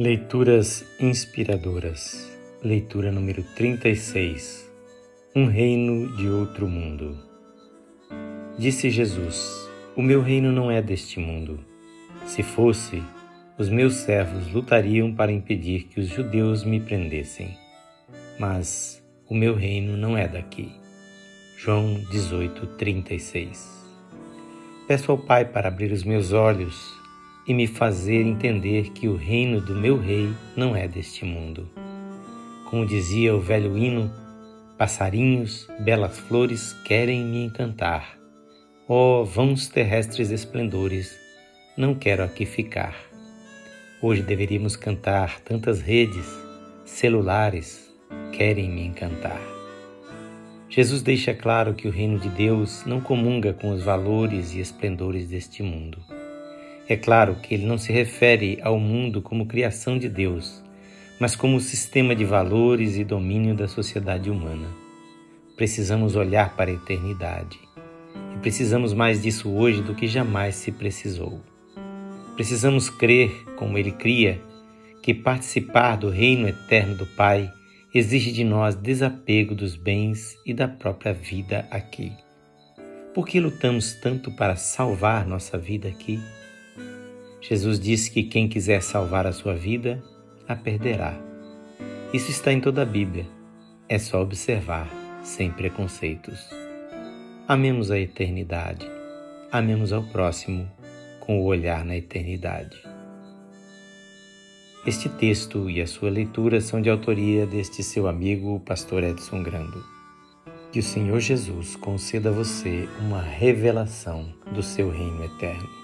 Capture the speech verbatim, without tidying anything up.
Leituras inspiradoras. Leitura número trinta e seis. Um reino de outro mundo. Disse Jesus: O meu reino não é deste mundo. Se fosse, os meus servos lutariam para impedir que os judeus me prendessem. Mas o meu reino não é daqui. João dezoito, trinta e seis. Peço ao Pai para abrir os meus olhos e me fazer entender que o reino do meu rei não é deste mundo. Como dizia o velho hino, passarinhos, belas flores querem me encantar. Ó, vãos terrestres esplendores, não quero aqui ficar. Hoje deveríamos cantar tantas redes, celulares, querem me encantar. Jesus deixa claro que o reino de Deus não comunga com os valores e esplendores deste mundo. É claro que ele não se refere ao mundo como criação de Deus, mas como sistema de valores e domínio da sociedade humana. Precisamos olhar para a eternidade. E precisamos mais disso hoje do que jamais se precisou. Precisamos crer, como ele cria, que participar do reino eterno do Pai exige de nós desapego dos bens e da própria vida aqui. Por que lutamos tanto para salvar nossa vida aqui? Jesus disse que quem quiser salvar a sua vida, a perderá. Isso está em toda a Bíblia. É só observar, sem preconceitos. Amemos a eternidade. Amemos ao próximo com o olhar na eternidade. Este texto e a sua leitura são de autoria deste seu amigo, o pastor Edson Grando. Que o Senhor Jesus conceda a você uma revelação do seu reino eterno.